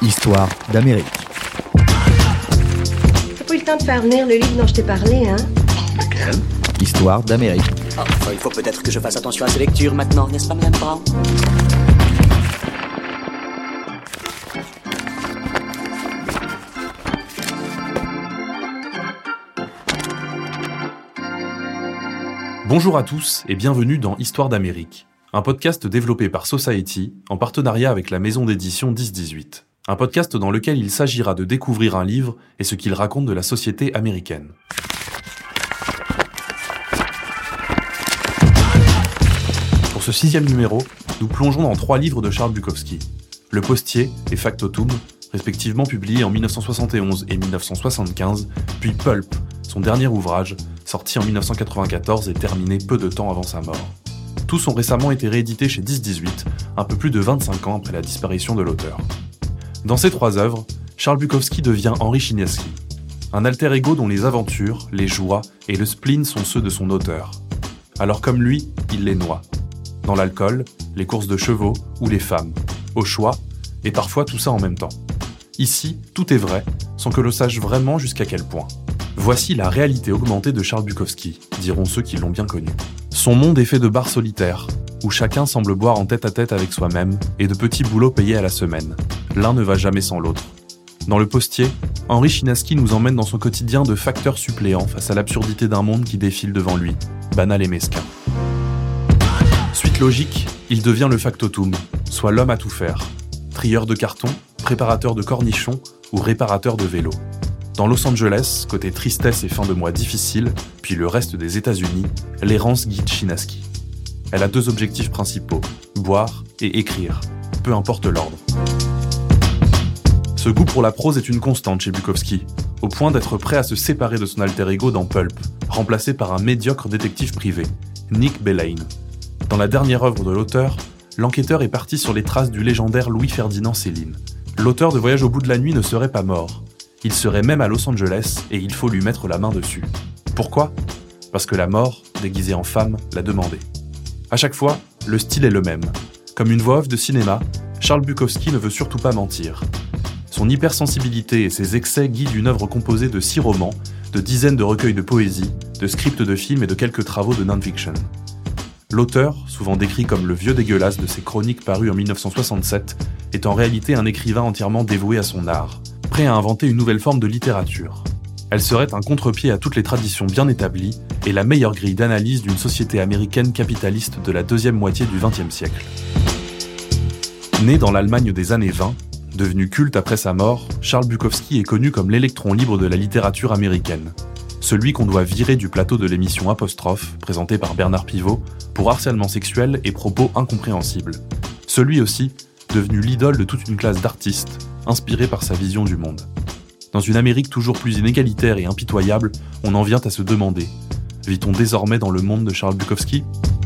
Histoire d'Amérique. T'as pas eu le temps de faire venir le livre dont je t'ai parlé, hein? Lequel? Histoire d'Amérique. Enfin, il faut peut-être que je fasse attention à ces lectures maintenant, n'est-ce pas, Madame Brown? Bonjour à tous et bienvenue dans Histoire d'Amérique, un podcast développé par Society en partenariat avec la maison d'édition 1018. Un podcast dans lequel il s'agira de découvrir un livre et ce qu'il raconte de la société américaine. Pour ce 6e numéro, nous plongeons dans 3 livres de Charles Bukowski. Le Postier et Factotum, respectivement publiés en 1971 et 1975, puis Pulp, son dernier ouvrage, sorti en 1994 et terminé peu de temps avant sa mort. Tous ont récemment été réédités chez 1018, un peu plus de 25 ans après la disparition de l'auteur. Dans ces 3 œuvres, Charles Bukowski devient Henry Chiniaski, un alter ego dont les aventures, les joies et le spleen sont ceux de son auteur. Alors comme lui, il les noie. Dans l'alcool, les courses de chevaux ou les femmes, au choix, et parfois tout ça en même temps. Ici, tout est vrai, sans que l'on sache vraiment jusqu'à quel point. Voici la réalité augmentée de Charles Bukowski, diront ceux qui l'ont bien connu. Son monde est fait de bars solitaires, où chacun semble boire en tête-à-tête avec soi-même, et de petits boulots payés à la semaine. L'un ne va jamais sans l'autre. Dans Le Postier, Henry Chiniaski nous emmène dans son quotidien de facteur suppléant face à l'absurdité d'un monde qui défile devant lui, banal et mesquin. Suite logique, il devient le factotum, soit l'homme à tout faire. Trieur de carton, préparateur de cornichons ou réparateur de vélos. Dans Los Angeles, côté tristesse et fin de mois difficile, puis le reste des États-Unis, l'errance guide Chiniaski. Elle a 2 objectifs principaux, boire et écrire, peu importe l'ordre. Ce goût pour la prose est une constante chez Bukowski, au point d'être prêt à se séparer de son alter ego dans Pulp, remplacé par un médiocre détective privé, Nick Belaine. Dans la dernière œuvre de l'auteur, l'enquêteur est parti sur les traces du légendaire Louis-Ferdinand Céline. L'auteur de Voyage au bout de la nuit ne serait pas mort. Il serait même à Los Angeles et il faut lui mettre la main dessus. Pourquoi ? Parce que la mort, déguisée en femme, l'a demandé. À chaque fois, le style est le même. Comme une voix off de cinéma, Charles Bukowski ne veut surtout pas mentir. Son hypersensibilité et ses excès guident une œuvre composée de 6 romans, de dizaines de recueils de poésie, de scripts de films et de quelques travaux de non-fiction. L'auteur, souvent décrit comme le vieux dégueulasse de ses chroniques parues en 1967, est en réalité un écrivain entièrement dévoué à son art, prêt à inventer une nouvelle forme de littérature. Elle serait un contre-pied à toutes les traditions bien établies et la meilleure grille d'analyse d'une société américaine capitaliste de la deuxième moitié du XXe siècle. Né dans l'Allemagne des années 20, devenu culte après sa mort, Charles Bukowski est connu comme l'électron libre de la littérature américaine. Celui qu'on doit virer du plateau de l'émission Apostrophe, présentée par Bernard Pivot, pour harcèlement sexuel et propos incompréhensibles. Celui aussi, devenu l'idole de toute une classe d'artistes, inspirés par sa vision du monde. Dans une Amérique toujours plus inégalitaire et impitoyable, on en vient à se demander, vit-on désormais dans le monde de Charles Bukowski ?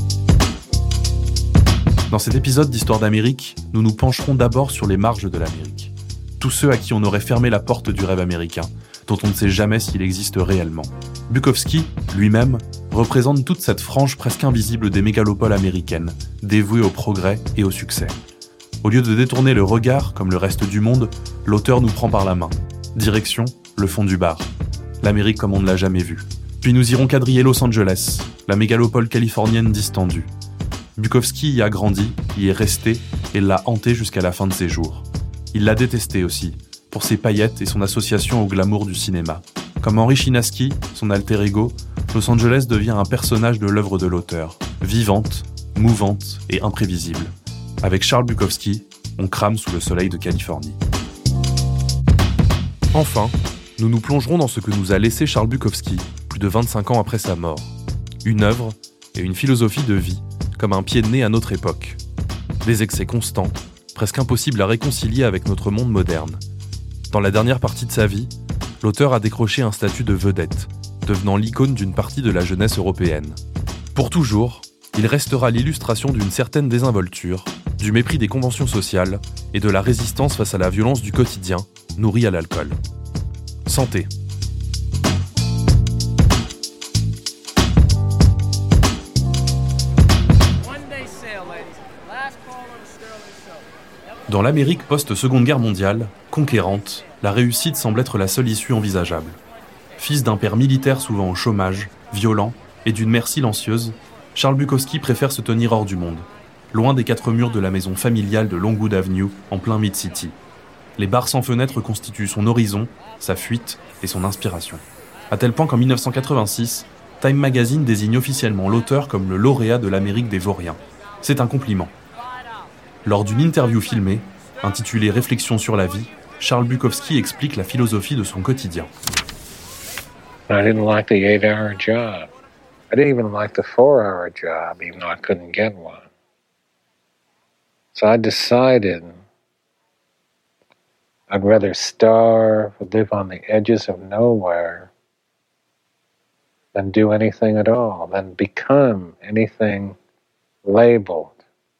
Dans cet épisode d'Histoire d'Amérique, nous nous pencherons d'abord sur les marges de l'Amérique. Tous ceux à qui on aurait fermé la porte du rêve américain, dont on ne sait jamais s'il existe réellement. Bukowski, lui-même, représente toute cette frange presque invisible des mégalopoles américaines, dévouée au progrès et au succès. Au lieu de détourner le regard, comme le reste du monde, l'auteur nous prend par la main. Direction, le fond du bar. L'Amérique comme on ne l'a jamais vue. Puis nous irons quadriller Los Angeles, la mégalopole californienne distendue. Bukowski y a grandi, y est resté et l'a hanté jusqu'à la fin de ses jours. Il l'a détesté aussi, pour ses paillettes et son association au glamour du cinéma. Comme Henry Chiniaski, son alter ego, Los Angeles devient un personnage de l'œuvre de l'auteur, vivante, mouvante et imprévisible. Avec Charles Bukowski, on crame sous le soleil de Californie. Enfin, nous nous plongerons dans ce que nous a laissé Charles Bukowski, plus de 25 ans après sa mort. Une œuvre et une philosophie de vie, comme un pied de nez à notre époque. Des excès constants, presque impossibles à réconcilier avec notre monde moderne. Dans la dernière partie de sa vie, l'auteur a décroché un statut de vedette, devenant l'icône d'une partie de la jeunesse européenne. Pour toujours, il restera l'illustration d'une certaine désinvolture, du mépris des conventions sociales et de la résistance face à la violence du quotidien, nourrie à l'alcool. Santé. Dans l'Amérique post-Seconde Guerre mondiale, conquérante, la réussite semble être la seule issue envisageable. Fils d'un père militaire souvent au chômage, violent, et d'une mère silencieuse, Charles Bukowski préfère se tenir hors du monde, loin des quatre murs de la maison familiale de Longwood Avenue, en plein Mid-City. Les bars sans fenêtres constituent son horizon, sa fuite et son inspiration. À tel point qu'en 1986, Time Magazine désigne officiellement l'auteur comme le lauréat de l'Amérique des Vauriens. C'est un compliment. Lors d'une interview filmée, intitulée « Réflexions sur la vie », Charles Bukowski explique la philosophie de son quotidien. I didn't like the 8-hour job. I didn't even like the 4-hour job, even though I couldn't get one. So I decided I'd rather starve, live on the edges of nowhere, than do anything at all, than become anything labeled.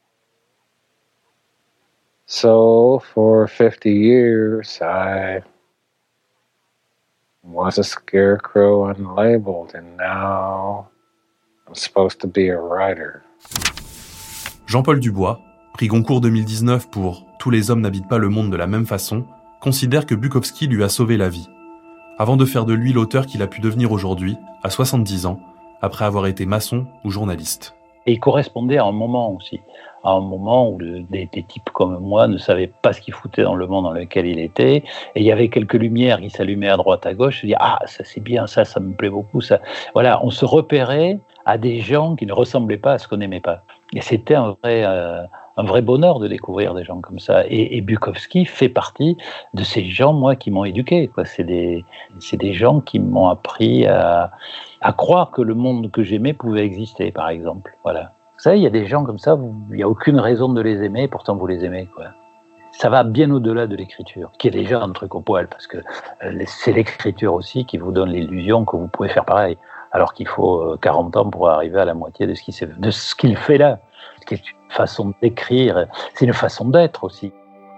So for 50 years, I was a scarecrow unlabeled, and now I'm supposed to be a writer. Jean-Paul Dubois, prix Goncourt 2019 pour « Tous les hommes n'habitent pas le monde de la même façon », considère que Bukowski lui a sauvé la vie, avant de faire de lui l'auteur qu'il a pu devenir aujourd'hui, à 70 ans, après avoir été maçon ou journaliste. Et il correspondait à un moment aussi, à un moment où des types comme moi ne savaient pas ce qu'ils foutaient dans le monde dans lequel il était, et il y avait quelques lumières qui s'allumaient à droite à gauche, je dis ah ça c'est bien, ça me plaît beaucoup, ça. Voilà, on se repérait à des gens qui ne ressemblaient pas à ce qu'on n'aimait pas. Et c'était un vrai bonheur de découvrir des gens comme ça. Et Bukowski fait partie de ces gens, moi, qui m'ont éduqué, quoi. C'est des gens qui m'ont appris à croire que le monde que j'aimais pouvait exister, par exemple. Voilà. Vous savez, il y a des gens comme ça, il n'y a aucune raison de les aimer, pourtant vous les aimez, quoi. Ça va bien au-delà de l'écriture, qui est déjà un truc au poil, parce que c'est l'écriture aussi qui vous donne l'illusion que vous pouvez faire pareil, alors qu'il faut 40 ans pour arriver à la moitié de ce qu'il fait là. C'est une façon d'écrire, c'est une façon d'être aussi.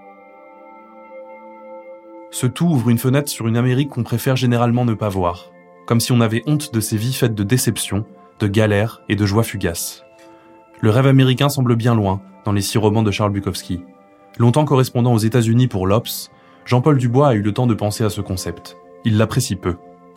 Ce tout ouvre une fenêtre sur une Amérique qu'on préfère généralement ne pas voir, comme si on avait honte de ces vies faites de déceptions, de galères et de joies fugaces. Le rêve américain semble bien loin dans les 6 romans de Charles Bukowski. Longtemps correspondant aux États-Unis pour l'Obs, Jean-Paul Dubois a eu le temps de penser à ce concept. Il l'apprécie peu.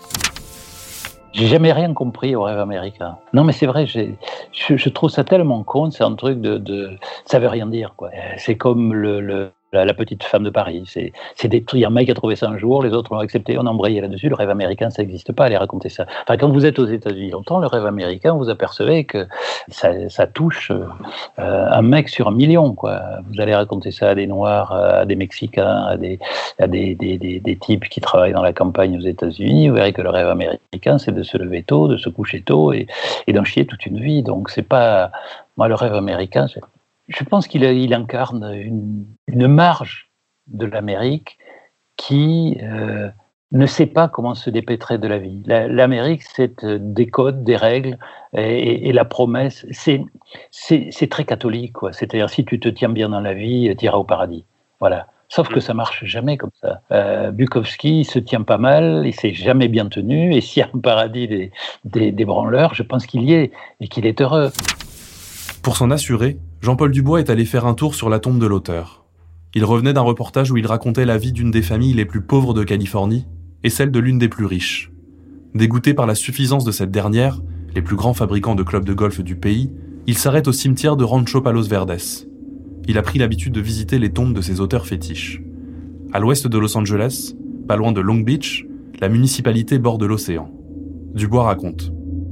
J'ai jamais rien compris au rêve américain. Non, mais c'est vrai, je trouve ça tellement con, c'est un truc ça veut rien dire, quoi. C'est comme la petite femme de Paris. C'est des trucs, il y a un mec qui a trouvé ça un jour, les autres l'ont accepté, on a embrayé là-dessus. Le rêve américain, ça n'existe pas, allez raconter ça. Enfin, quand vous êtes aux États-Unis longtemps, le rêve américain, vous apercevez que ça touche un mec sur 1 million, quoi. Vous allez raconter ça à des Noirs, à des Mexicains, à des types qui travaillent dans la campagne aux États-Unis. Vous verrez que le rêve américain, c'est de se lever tôt, de se coucher tôt et d'en chier toute une vie. Donc, c'est pas... Moi, le rêve américain, je pense qu'il incarne une marge de l'Amérique qui ne sait pas comment se dépêtrer de la vie. L'Amérique, c'est des codes, des règles et la promesse. C'est très catholique, quoi. C'est-à-dire, si tu te tiens bien dans la vie, tu iras au paradis. Voilà. Sauf que ça marche jamais comme ça. Bukowski se tient pas mal, il s'est jamais bien tenu, et s'il y a un paradis des branleurs, je pense qu'il y est et qu'il est heureux. Pour s'en assurer, Jean-Paul Dubois est allé faire un tour sur la tombe de l'auteur. Il revenait d'un reportage où il racontait la vie d'une des familles les plus pauvres de Californie et celle de l'une des plus riches. Dégoûté par la suffisance de cette dernière, les plus grands fabricants de clubs de golf du pays, il s'arrête au cimetière de Rancho Palos Verdes. Il a pris l'habitude de visiter les tombes de ses auteurs fétiches. À l'ouest de Los Angeles, pas loin de Long Beach, la municipalité borde l'océan. Dubois raconte.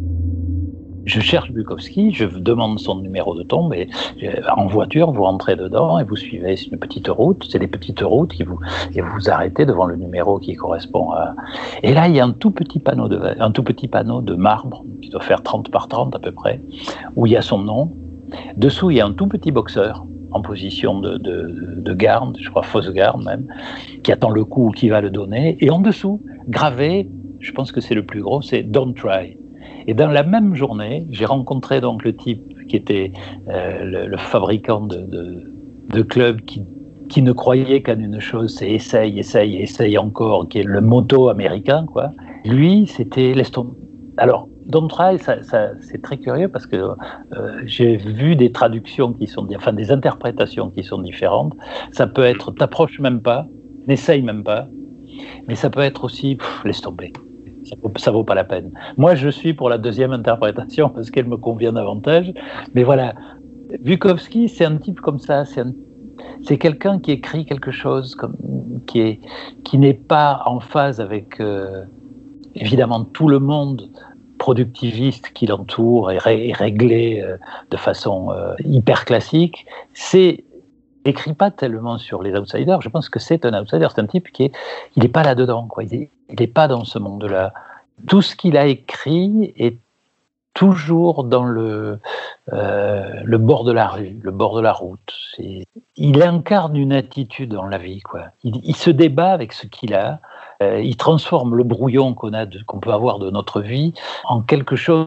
Je cherche Bukowski, je demande son numéro de tombe et en voiture, vous rentrez dedans et vous suivez une petite route. C'est des petites routes et vous arrêtez devant le numéro qui correspond à... Et là, il y a un tout petit panneau de marbre qui doit faire 30 par 30 à peu près, où il y a son nom. Dessous, il y a un tout petit boxeur en position de garde, je crois fausse garde même, qui attend le coup qui va le donner. Et en dessous, gravé, je pense que c'est le plus gros, c'est « Don't try ». Et dans la même journée, j'ai rencontré donc le type qui était le fabricant de clubs qui ne croyait qu'à une chose, c'est essaye encore, qui est le motto américain, quoi. Lui, c'était laisse tomber. Alors, Don Try, ça, c'est très curieux parce que j'ai vu des traductions qui sont, enfin des interprétations qui sont différentes. Ça peut être t'approches même pas, n'essaye même pas, mais ça peut être aussi laisse tomber. Ça vaut pas la peine. Moi, je suis pour la deuxième interprétation parce qu'elle me convient davantage. Mais voilà, Bukowski, c'est un type comme ça. C'est quelqu'un qui écrit quelque chose qui n'est pas en phase avec évidemment tout le monde productiviste qui l'entoure et réglé de façon hyper classique. Il n'écrit pas tellement sur les outsiders. Je pense que c'est un outsider. C'est un type il n'est pas là-dedans, quoi. Il n'est pas dans ce monde-là. Tout ce qu'il a écrit est toujours dans le bord de la rue, le bord de la route. Il incarne une attitude dans la vie, quoi. Il se débat avec ce qu'il a. Il transforme le brouillon qu'on peut avoir de notre vie en quelque chose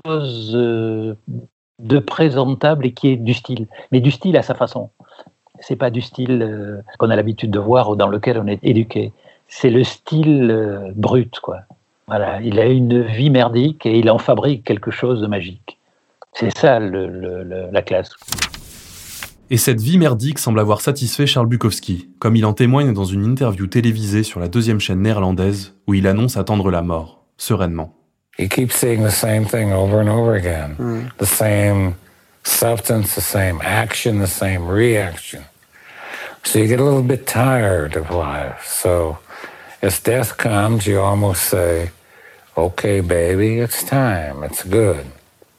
de présentable et qui est du style. Mais du style à sa façon. C'est pas du style qu'on a l'habitude de voir ou dans lequel on est éduqué. C'est le style brut, quoi. Voilà, il a une vie merdique et il en fabrique quelque chose de magique. C'est ça la classe. Et cette vie merdique semble avoir satisfait Charles Bukowski, comme il en témoigne dans une interview télévisée sur la 2e chaîne néerlandaise où il annonce attendre la mort, sereinement. You keep saying the same thing over and over again. The same substance, the same action, the same reaction. So you get a little bit tired of life. So as death comes, you almost say, okay, baby, it's time, it's good.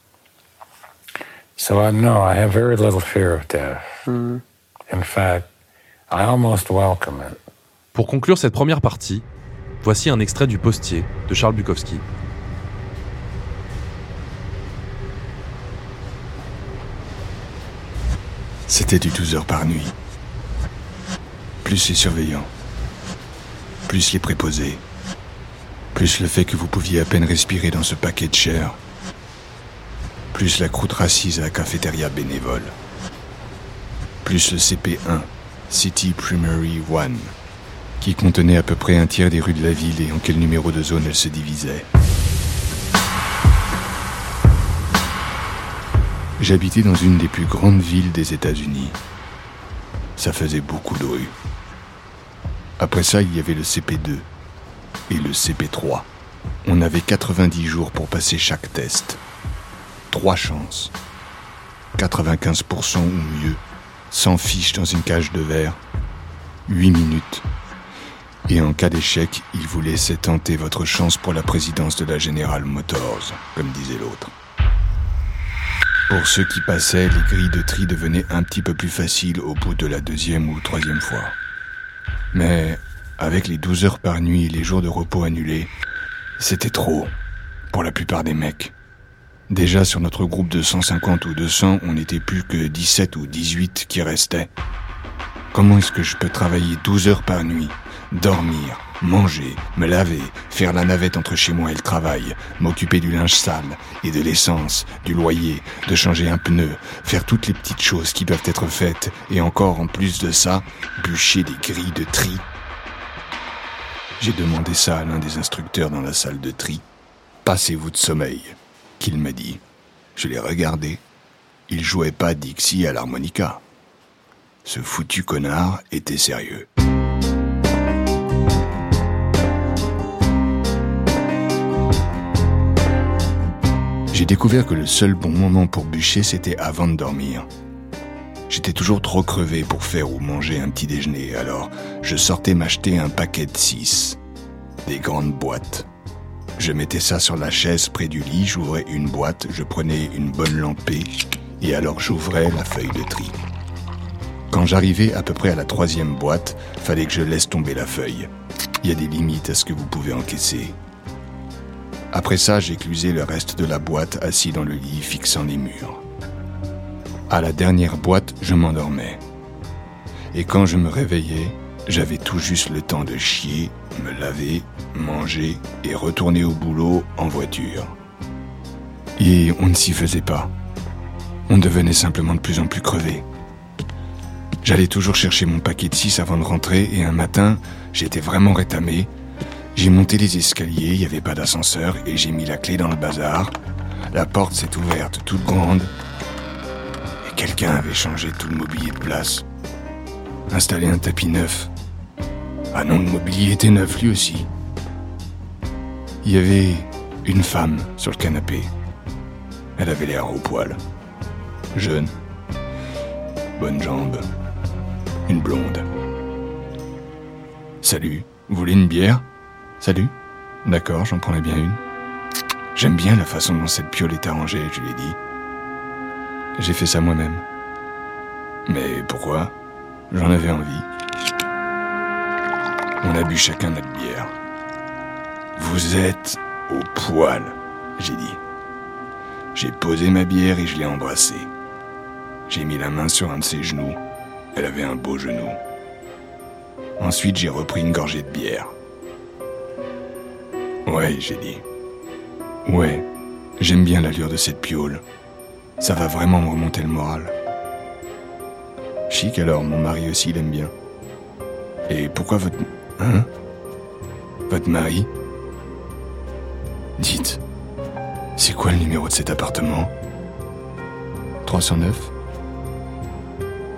So I have very little fear of death. In fact, I almost welcome it. Pour conclure cette première partie, voici un extrait du Postier de Charles Bukowski. C'était du 12 heures par nuit. Plus les surveillants, plus les préposés, plus le fait que vous pouviez à peine respirer dans ce paquet de chair, plus la croûte assise à la cafétéria bénévole, plus le CP1, City Primary 1, qui contenait à peu près un tiers des rues de la ville et en quel numéro de zone elle se divisait. J'habitais dans une des plus grandes villes des États-Unis. Ça faisait beaucoup de rues. Après ça, il y avait le CP2 et le CP3. On avait 90 jours pour passer chaque test. 3 chances. 95% ou mieux, sans fiche dans une cage de verre. 8 minutes. Et en cas d'échec, il vous laissait tenter votre chance pour la présidence de la General Motors, comme disait l'autre. Pour ceux qui passaient, les grilles de tri devenaient un petit peu plus faciles au bout de la 2e ou 3e fois. Mais avec les 12 heures par nuit et les jours de repos annulés, c'était trop, pour la plupart des mecs. Déjà sur notre groupe de 150 ou 200, on n'était plus que 17 ou 18 qui restaient. Comment est-ce que je peux travailler 12 heures par nuit, dormir, manger, me laver, faire la navette entre chez moi et le travail, m'occuper du linge sale et de l'essence, du loyer, de changer un pneu, faire toutes les petites choses qui doivent être faites et encore en plus de ça, bûcher des grilles de tri. J'ai demandé ça à l'un des instructeurs dans la salle de tri. Passez-vous de sommeil, qu'il m'a dit. Je l'ai regardé. Il jouait pas Dixie à l'harmonica. Ce foutu connard était sérieux. J'ai découvert que le seul bon moment pour bûcher, c'était avant de dormir. J'étais toujours trop crevé pour faire ou manger un petit déjeuner, alors je sortais m'acheter un paquet de 6, des grandes boîtes. Je mettais ça sur la chaise près du lit, j'ouvrais une boîte, je prenais une bonne lampée, et alors j'ouvrais la feuille de tri. Quand j'arrivais à peu près à la 3e boîte, fallait que je laisse tomber la feuille. Il y a des limites à ce que vous pouvez encaisser. Après ça, j'éclusais le reste de la boîte assis dans le lit, fixant les murs. À la dernière boîte, je m'endormais. Et quand je me réveillais, j'avais tout juste le temps de chier, me laver, manger et retourner au boulot en voiture. Et on ne s'y faisait pas. On devenait simplement de plus en plus crevé. J'allais toujours chercher mon paquet de 6 avant de rentrer et un matin, j'étais vraiment rétamé. J'ai monté les escaliers, il n'y avait pas d'ascenseur et j'ai mis la clé dans le bazar. La porte s'est ouverte toute grande et quelqu'un avait changé tout le mobilier de place. Installé un tapis neuf. Ah non, le mobilier était neuf lui aussi. Il y avait une femme sur le canapé. Elle avait l'air au poil. Jeune. Bonne jambe. Une blonde. Salut, vous voulez une bière ? Salut ? D'accord, j'en prendrai bien une. J'aime bien la façon dont cette piole est arrangée, je lui ai dit. J'ai fait ça moi-même. Mais pourquoi ? J'en avais envie. On a bu chacun notre bière. Vous êtes au poil, j'ai dit. J'ai posé ma bière et je l'ai embrassée. J'ai mis la main sur un de ses genoux. Elle avait un beau genou. Ensuite, j'ai repris une gorgée de bière. Ouais, j'ai dit. Ouais, j'aime bien l'allure de cette piole. Ça va vraiment me remonter le moral. Chic alors, mon mari aussi l'aime bien. Et pourquoi votre... Hein ? Votre mari ? Dites, c'est quoi le numéro de cet appartement ? 309 ? 309 ?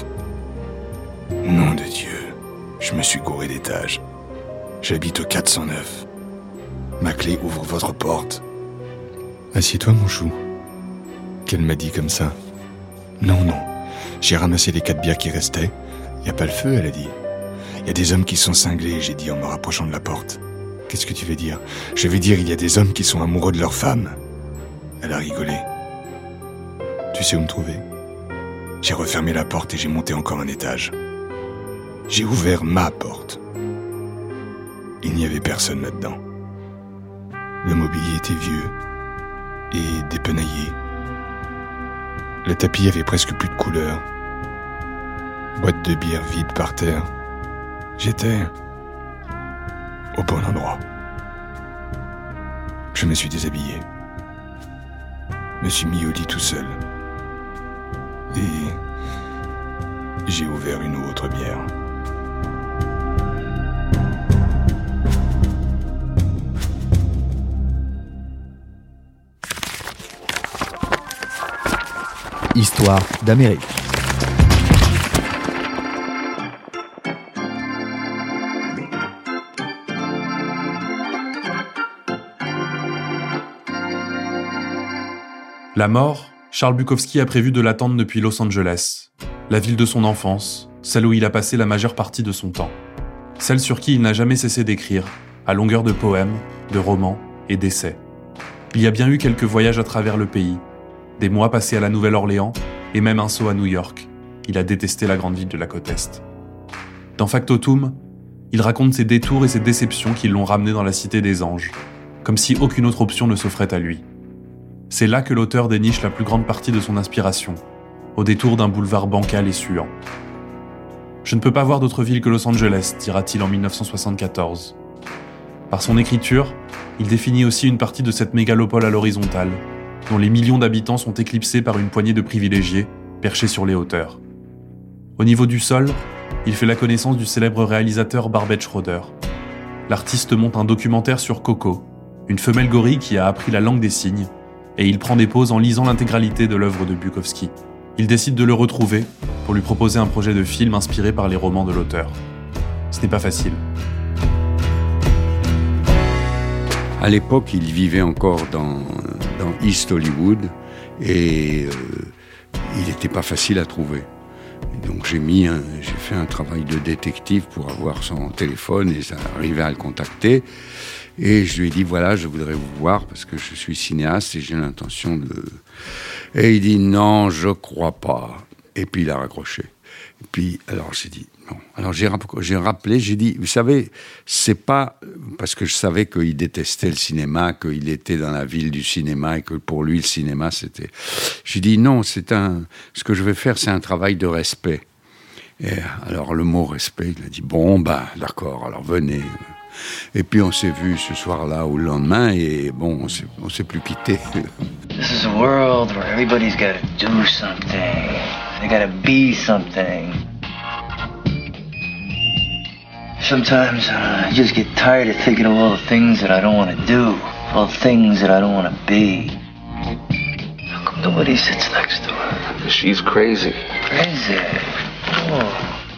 Nom de Dieu, je me suis gouré d'étage. J'habite au 409. Ma clé ouvre votre porte. Assieds-toi, mon chou. Qu'elle m'a dit comme ça. Non, non. J'ai ramassé les 4 bières qui restaient. Y a pas le feu, elle a dit. Y a des hommes qui sont cinglés, j'ai dit en me rapprochant de la porte. Qu'est-ce que tu veux dire ? Je vais dire, il y a des hommes qui sont amoureux de leur femme. Elle a rigolé. Tu sais où me trouver ? J'ai refermé la porte et j'ai monté encore un étage. J'ai ouvert ma porte. Il n'y avait personne là-dedans. Le mobilier était vieux et dépenaillé. Le tapis avait presque plus de couleur. Boîte de bière vide par terre. J'étais au bon endroit. Je me suis déshabillé. Me suis mis au lit tout seul. Et j'ai ouvert une autre bière. Histoire d'Amérique. La mort, Charles Bukowski a prévu de l'attendre depuis Los Angeles, la ville de son enfance, celle où il a passé la majeure partie de son temps, celle sur qui il n'a jamais cessé d'écrire, à longueur de poèmes, de romans et d'essais. Il y a bien eu quelques voyages à travers le pays, des mois passés à la Nouvelle-Orléans et même un saut à New York. Il a détesté la grande ville de la côte Est. Dans Factotum, il raconte ses détours et ses déceptions qui l'ont ramené dans la cité des anges, comme si aucune autre option ne s'offrait à lui. C'est là que l'auteur déniche la plus grande partie de son inspiration, au détour d'un boulevard bancal et suant. « Je ne peux pas voir d'autre ville que Los Angeles », dira-t-il en 1974. Par son écriture, il définit aussi une partie de cette mégalopole à l'horizontale, dont les millions d'habitants sont éclipsés par une poignée de privilégiés, perchés sur les hauteurs. Au niveau du sol, il fait la connaissance du célèbre réalisateur Barbet Schroeder. L'artiste monte un documentaire sur Coco, une femelle gorille qui a appris la langue des signes, et il prend des pauses en lisant l'intégralité de l'œuvre de Bukowski. Il décide de le retrouver pour lui proposer un projet de film inspiré par les romans de l'auteur. Ce n'est pas facile. À l'époque, il vivait encore dans East Hollywood et il n'était pas facile à trouver. Donc j'ai fait un travail de détective pour avoir son téléphone et ça arrivait à le contacter. Et je lui ai dit, voilà, je voudrais vous voir parce que je suis cinéaste et j'ai l'intention de... Et il dit, non, je crois pas. Et puis il a raccroché. Et puis, alors j'ai dit, non. Alors j'ai rappelé, j'ai dit, vous savez, c'est pas... Parce que je savais qu'il détestait le cinéma, qu'il était dans la ville du cinéma et que pour lui, le cinéma, c'était... J'ai dit, non, ce que je vais faire, c'est un travail de respect. Et alors le mot respect, il a dit, bon, d'accord, alors venez... Et puis on s'est vu ce soir-là ou le lendemain et bon, on s'est plus quitté. This is a world where everybody's got to do something. They got to be something. Sometimes I just get tired of thinking of all the things that I don't want to do. Well, things that I don't want to be. How come nobody sits next to her? She's crazy. Crazy? Oh.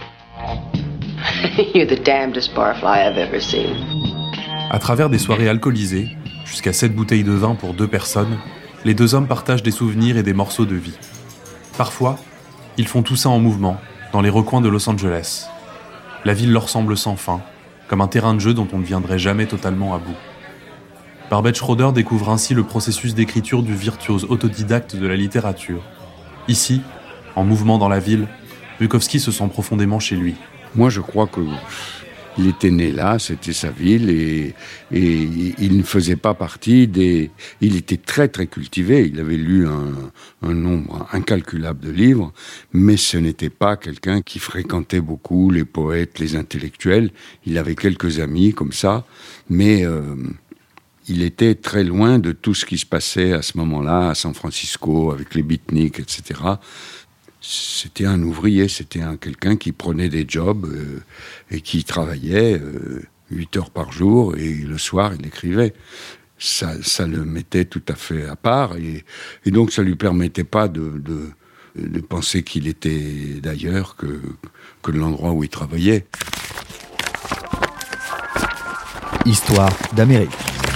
You're the damnedest barfly I've ever seen. À travers des soirées alcoolisées, jusqu'à 7 bouteilles de vin pour 2 personnes, les 2 hommes partagent des souvenirs et des morceaux de vie. Parfois, ils font tout ça en mouvement, dans les recoins de Los Angeles. La ville leur semble sans fin, comme un terrain de jeu dont on ne viendrait jamais totalement à bout. Barbet Schroeder découvre ainsi le processus d'écriture du virtuose autodidacte de la littérature. Ici, en mouvement dans la ville, Bukowski se sent profondément chez lui. Moi, je crois qu'il était né là, c'était sa ville, et il ne faisait pas partie des... Il était très, très cultivé, il avait lu un nombre incalculable de livres, mais ce n'était pas quelqu'un qui fréquentait beaucoup les poètes, les intellectuels. Il avait quelques amis comme ça, mais... il était très loin de tout ce qui se passait à ce moment-là, à San Francisco, avec les beatniks, etc. C'était un ouvrier, c'était quelqu'un qui prenait des jobs et qui travaillait 8 heures par jour, et le soir, il écrivait. Ça le mettait tout à fait à part, et donc ça ne lui permettait pas de penser qu'il était d'ailleurs que de l'endroit où il travaillait. Histoire d'Amérique.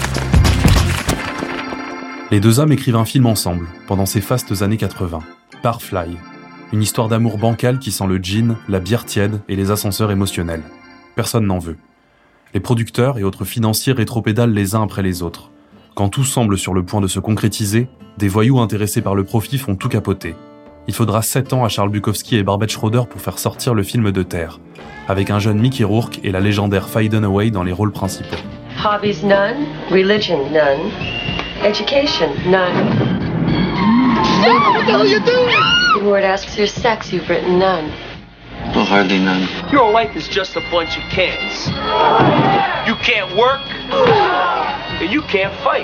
Les 2 hommes écrivent un film ensemble, pendant ces fastes années 80. Barfly, une histoire d'amour bancal qui sent le gin, la bière tiède et les ascenseurs émotionnels. Personne n'en veut. Les producteurs et autres financiers rétropédalent les uns après les autres. Quand tout semble sur le point de se concrétiser, des voyous intéressés par le profit font tout capoter. Il faudra 7 ans à Charles Bukowski et Barbet Schroeder pour faire sortir le film de terre, avec un jeune Mickey Rourke et la légendaire Faye Dunaway dans les rôles principaux. Hobbies, none. Religion, none. Education, none. No, what the hell are you doing? The word asks your sex, you've written none. Well, hardly none. Your life is just a bunch of can'ts. You can't work, and you can't fight.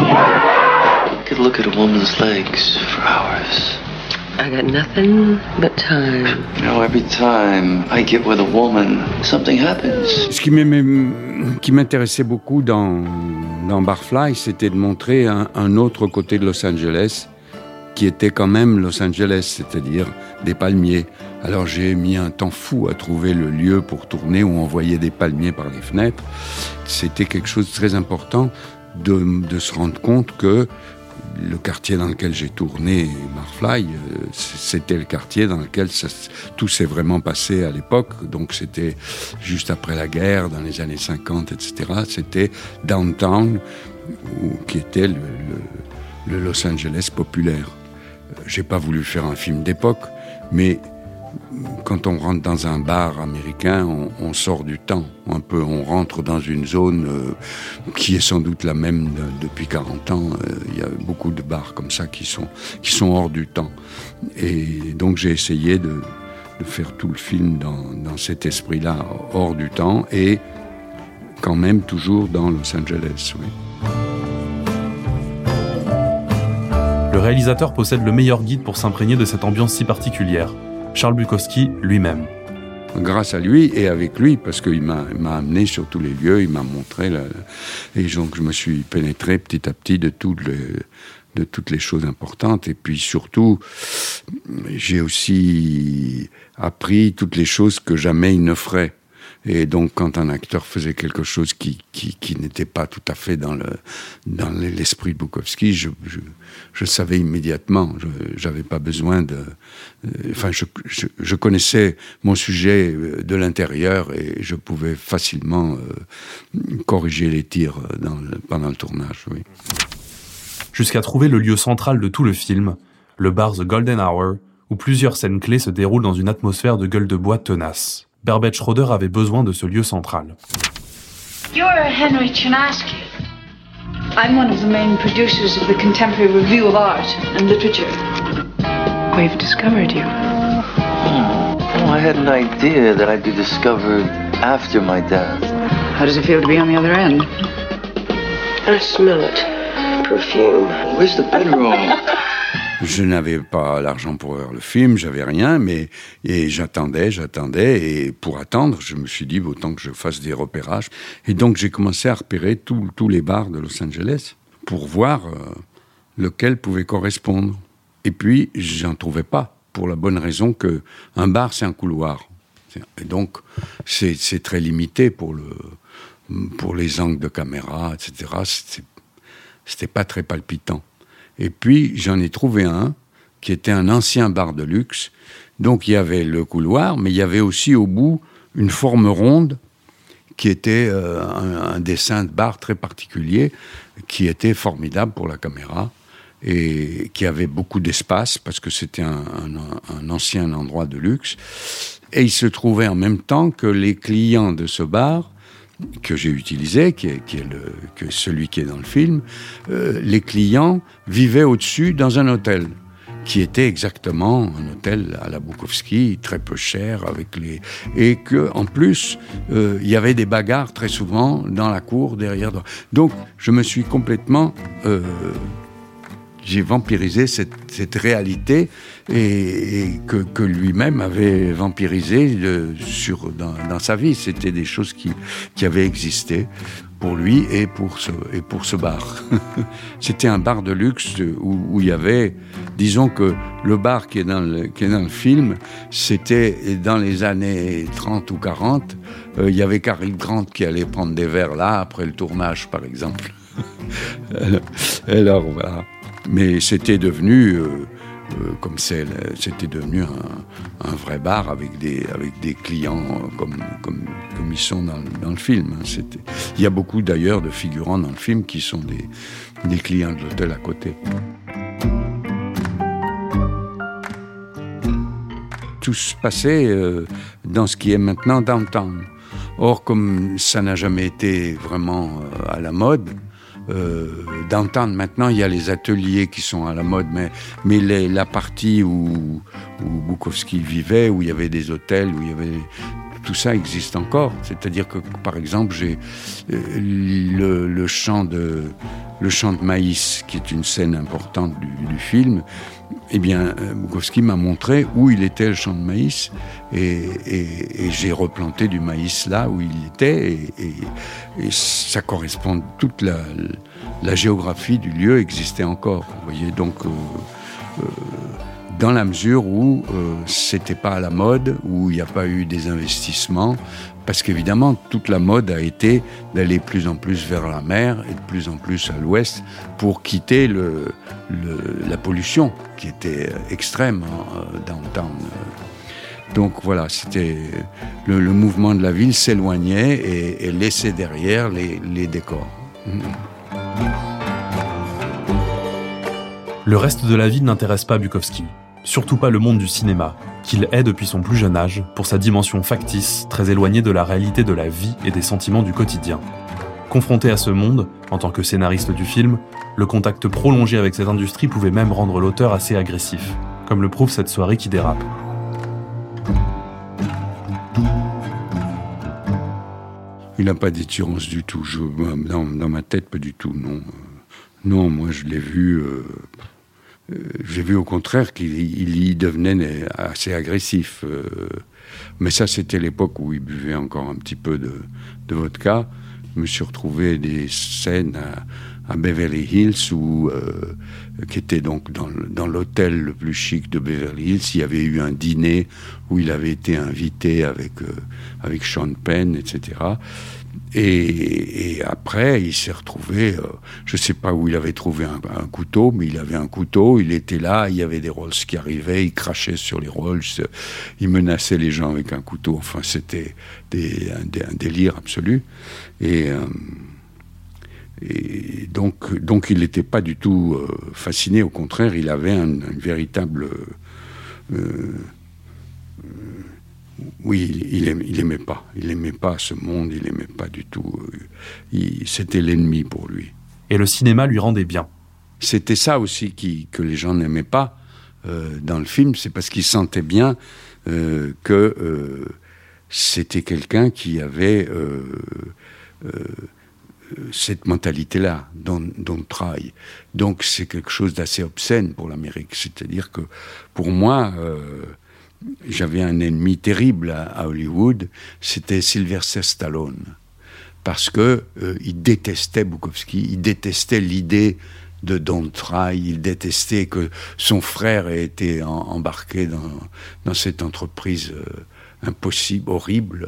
I could look at a woman's legs for hours. I got nothing but time. You know, every time I get with a woman, something happens. Ce qui m'intéressait beaucoup dans Barfly, c'était de montrer un autre côté de Los Angeles, qui était quand même Los Angeles, c'est-à-dire des palmiers. Alors j'ai mis un temps fou à trouver le lieu pour tourner où on voyait des palmiers par les fenêtres. C'était quelque chose de très important de se rendre compte que le quartier dans lequel j'ai tourné Barfly, c'était le quartier dans lequel tout s'est vraiment passé à l'époque. Donc c'était juste après la guerre, dans les années 50, etc. C'était Downtown, qui était le Los Angeles populaire. J'ai pas voulu faire un film d'époque, mais quand on rentre dans un bar américain, on sort du temps. On rentre dans une zone qui est sans doute la même depuis 40 ans. Il y a beaucoup de bars comme ça qui sont hors du temps. Et donc j'ai essayé de faire tout le film dans cet esprit-là, hors du temps, et quand même toujours dans Los Angeles, oui. Le réalisateur possède le meilleur guide pour s'imprégner de cette ambiance si particulière. Charles Bukowski lui-même. Grâce à lui et avec lui, parce qu'il m'a amené sur tous les lieux, il m'a montré, et donc je me suis pénétré petit à petit de toutes les choses importantes. Et puis surtout, j'ai aussi appris toutes les choses que jamais il ne ferait. Et donc, quand un acteur faisait quelque chose qui n'était pas tout à fait dans l'esprit de Bukowski, je savais immédiatement. J'avais pas besoin de... je connaissais mon sujet de l'intérieur et je pouvais facilement corriger les tirs pendant le tournage, oui. Jusqu'à trouver le lieu central de tout le film, le bar The Golden Hour, où plusieurs scènes clés se déroulent dans une atmosphère de gueule de bois tenace. Barbet Schroeder avait besoin de ce lieu central. You're Henry Chinaski. I'm one of the main producers of the Contemporary Review of Art and Literature. We've discovered you. Oh, I had an idea that I'd be discovered after my death. How does it feel to be on the other end? I smell it. Perfume. Where's the bedroom? Je n'avais pas l'argent pour faire le film, j'avais rien, et j'attendais, et pour attendre, je me suis dit, autant que je fasse des repérages. Et donc j'ai commencé à repérer tous les bars de Los Angeles. pour voir lequel pouvait correspondre. Et puis, j'en trouvais pas, pour la bonne raison qu'un bar, c'est un couloir. Et donc, c'est très limité pour les angles de caméra, etc. C'était pas très palpitant. Et puis, j'en ai trouvé un qui était un ancien bar de luxe. Donc, il y avait le couloir, mais il y avait aussi au bout une forme ronde qui était un dessin de bar très particulier, qui était formidable pour la caméra et qui avait beaucoup d'espace parce que c'était un ancien endroit de luxe. Et il se trouvait en même temps que les clients de ce bar que j'ai utilisé, qui est celui qui est dans le film, les clients vivaient au-dessus dans un hôtel, qui était exactement un hôtel à la Bukowski, très peu cher, et que en plus il y avait des bagarres très souvent dans la cour derrière. Donc je me suis complètement j'ai vampirisé cette réalité et que lui-même avait vampirisé dans sa vie. C'était des choses qui avaient existé pour lui et pour ce bar. C'était un bar de luxe où il y avait, disons que le bar qui est dans le film, c'était dans les années 30 ou 40, il y avait Cary Grant qui allait prendre des verres là après le tournage, par exemple. Alors voilà. Mais c'était devenu, c'était devenu un vrai bar avec des clients comme ils sont dans le film. Il y a beaucoup d'ailleurs de figurants dans le film qui sont des clients de l'hôtel à côté. Tout se passait dans ce qui est maintenant Downtown. Or, comme ça n'a jamais été vraiment à la mode, Downtown, maintenant, il y a les ateliers qui sont à la mode, mais la partie où Bukowski vivait, où il y avait des hôtels, où il y avait... Tout ça existe encore. C'est-à-dire que, par exemple, j'ai le champ de maïs, qui est une scène importante du film. Eh bien, Bukowski m'a montré où il était le champ de maïs, et j'ai replanté du maïs là où il était, et ça correspond. Toute la géographie du lieu existait encore. Vous voyez, donc. Dans la mesure où c'était pas à la mode, où il n'y a pas eu des investissements, parce qu'évidemment, toute la mode a été d'aller de plus en plus vers la mer et de plus en plus à l'ouest pour quitter la pollution qui était extrême downtown. Donc voilà, c'était le mouvement de la ville s'éloignait et laissait derrière les décors. Le reste de la ville n'intéresse pas Bukowski. Surtout pas le monde du cinéma, qu'il hait depuis son plus jeune âge, pour sa dimension factice, très éloignée de la réalité de la vie et des sentiments du quotidien. Confronté à ce monde, en tant que scénariste du film, le contact prolongé avec cette industrie pouvait même rendre l'auteur assez agressif, comme le prouve cette soirée qui dérape. Il n'a pas d'attirance du tout. Dans ma tête, pas du tout, non. Non, moi je l'ai vu... J'ai vu au contraire qu'il y devenait assez agressif. Mais ça, c'était l'époque où il buvait encore un petit peu de vodka. Je me suis retrouvé des scènes à Beverly Hills qui était donc dans l'hôtel le plus chic de Beverly Hills. Il y avait eu un dîner où il avait été invité avec Sean Penn, etc. Et après, il s'est retrouvé, je ne sais pas où il avait trouvé un couteau, mais il avait un couteau, il était là, il y avait des Rolls qui arrivaient, il crachait sur les Rolls, il menaçait les gens avec un couteau, enfin c'était un délire absolu. Et donc il n'était pas du tout fasciné, au contraire, il avait un véritable... Oui, il aimait pas ce monde, il aimait pas du tout. C'était l'ennemi pour lui. Et le cinéma lui rendait bien. C'était ça aussi que les gens n'aimaient pas dans le film, c'est parce qu'ils sentaient bien que c'était quelqu'un qui avait cette mentalité-là, don't try. Donc c'est quelque chose d'assez obscène pour l'Amérique. C'est-à-dire que pour moi... j'avais un ennemi terrible à Hollywood, c'était Sylvester Stallone. parce que il détestait Bukowski, il détestait l'idée de Don't Try, il détestait que son frère ait été embarqué dans cette entreprise impossible, horrible.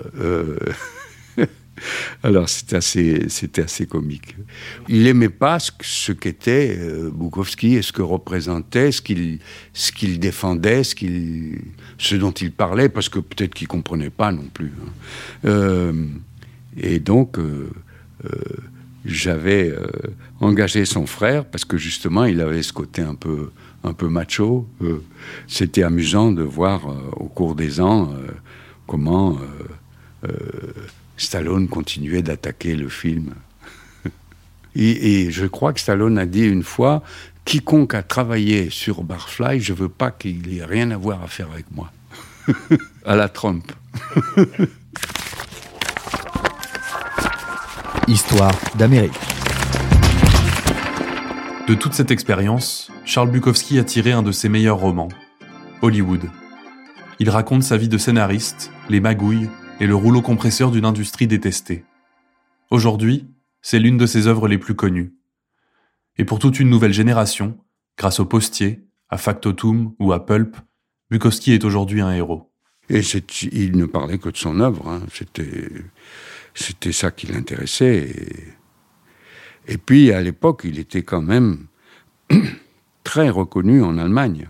Alors c'était assez comique. Il aimait pas ce qu'était Bukowski et ce que représentait, ce qu'il défendait, ce dont il parlait, parce que peut-être qu'il comprenait pas non plus. Et donc j'avais engagé son frère parce que justement il avait ce côté un peu macho. C'était amusant de voir au cours des ans comment Stallone continuait d'attaquer le film. Et je crois que Stallone a dit une fois, quiconque a travaillé sur Barfly, je veux pas qu'il ait rien à voir à faire avec moi. À la Trump. Histoire d'Amérique. De toute cette expérience, Charles Bukowski a tiré un de ses meilleurs romans, Hollywood. Il raconte sa vie de scénariste, les magouilles et le rouleau compresseur d'une industrie détestée. Aujourd'hui, c'est l'une de ses œuvres les plus connues. Et pour toute une nouvelle génération, grâce au Postier, à Factotum ou à Pulp, Bukowski est aujourd'hui un héros. Et il ne parlait que de son œuvre, hein. C'était ça qui l'intéressait. Et puis, à l'époque, il était quand même très reconnu en Allemagne.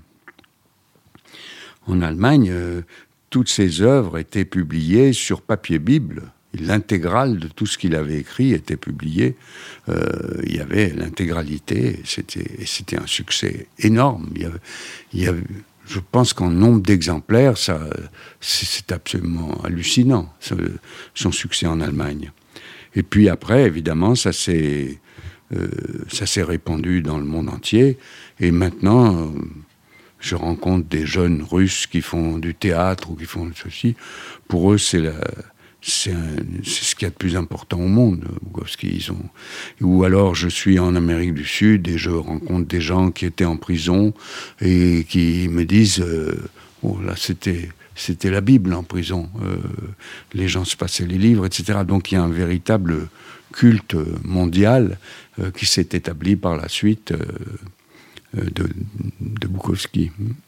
En Allemagne, toutes ses œuvres étaient publiées sur papier Bible. L'intégrale de tout ce qu'il avait écrit était publié. Il y avait l'intégralité. C'était un succès énorme. Je pense qu'en nombre d'exemplaires, c'est absolument hallucinant, son succès en Allemagne. Et puis après, évidemment, ça s'est répandu dans le monde entier. Et maintenant, je rencontre des jeunes Russes qui font du théâtre ou qui font ceci. Pour eux, c'est ce qu'il y a de plus important au monde. Ou alors, je suis en Amérique du Sud et je rencontre des gens qui étaient en prison et qui me disent oh là, c'était la Bible en prison. Les gens se passaient les livres, etc. Donc, il y a un véritable culte mondial qui s'est établi par la suite de Bukowski.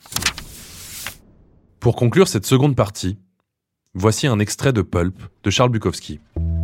Pour conclure cette seconde partie, voici un extrait de Pulp de Charles Bukowski.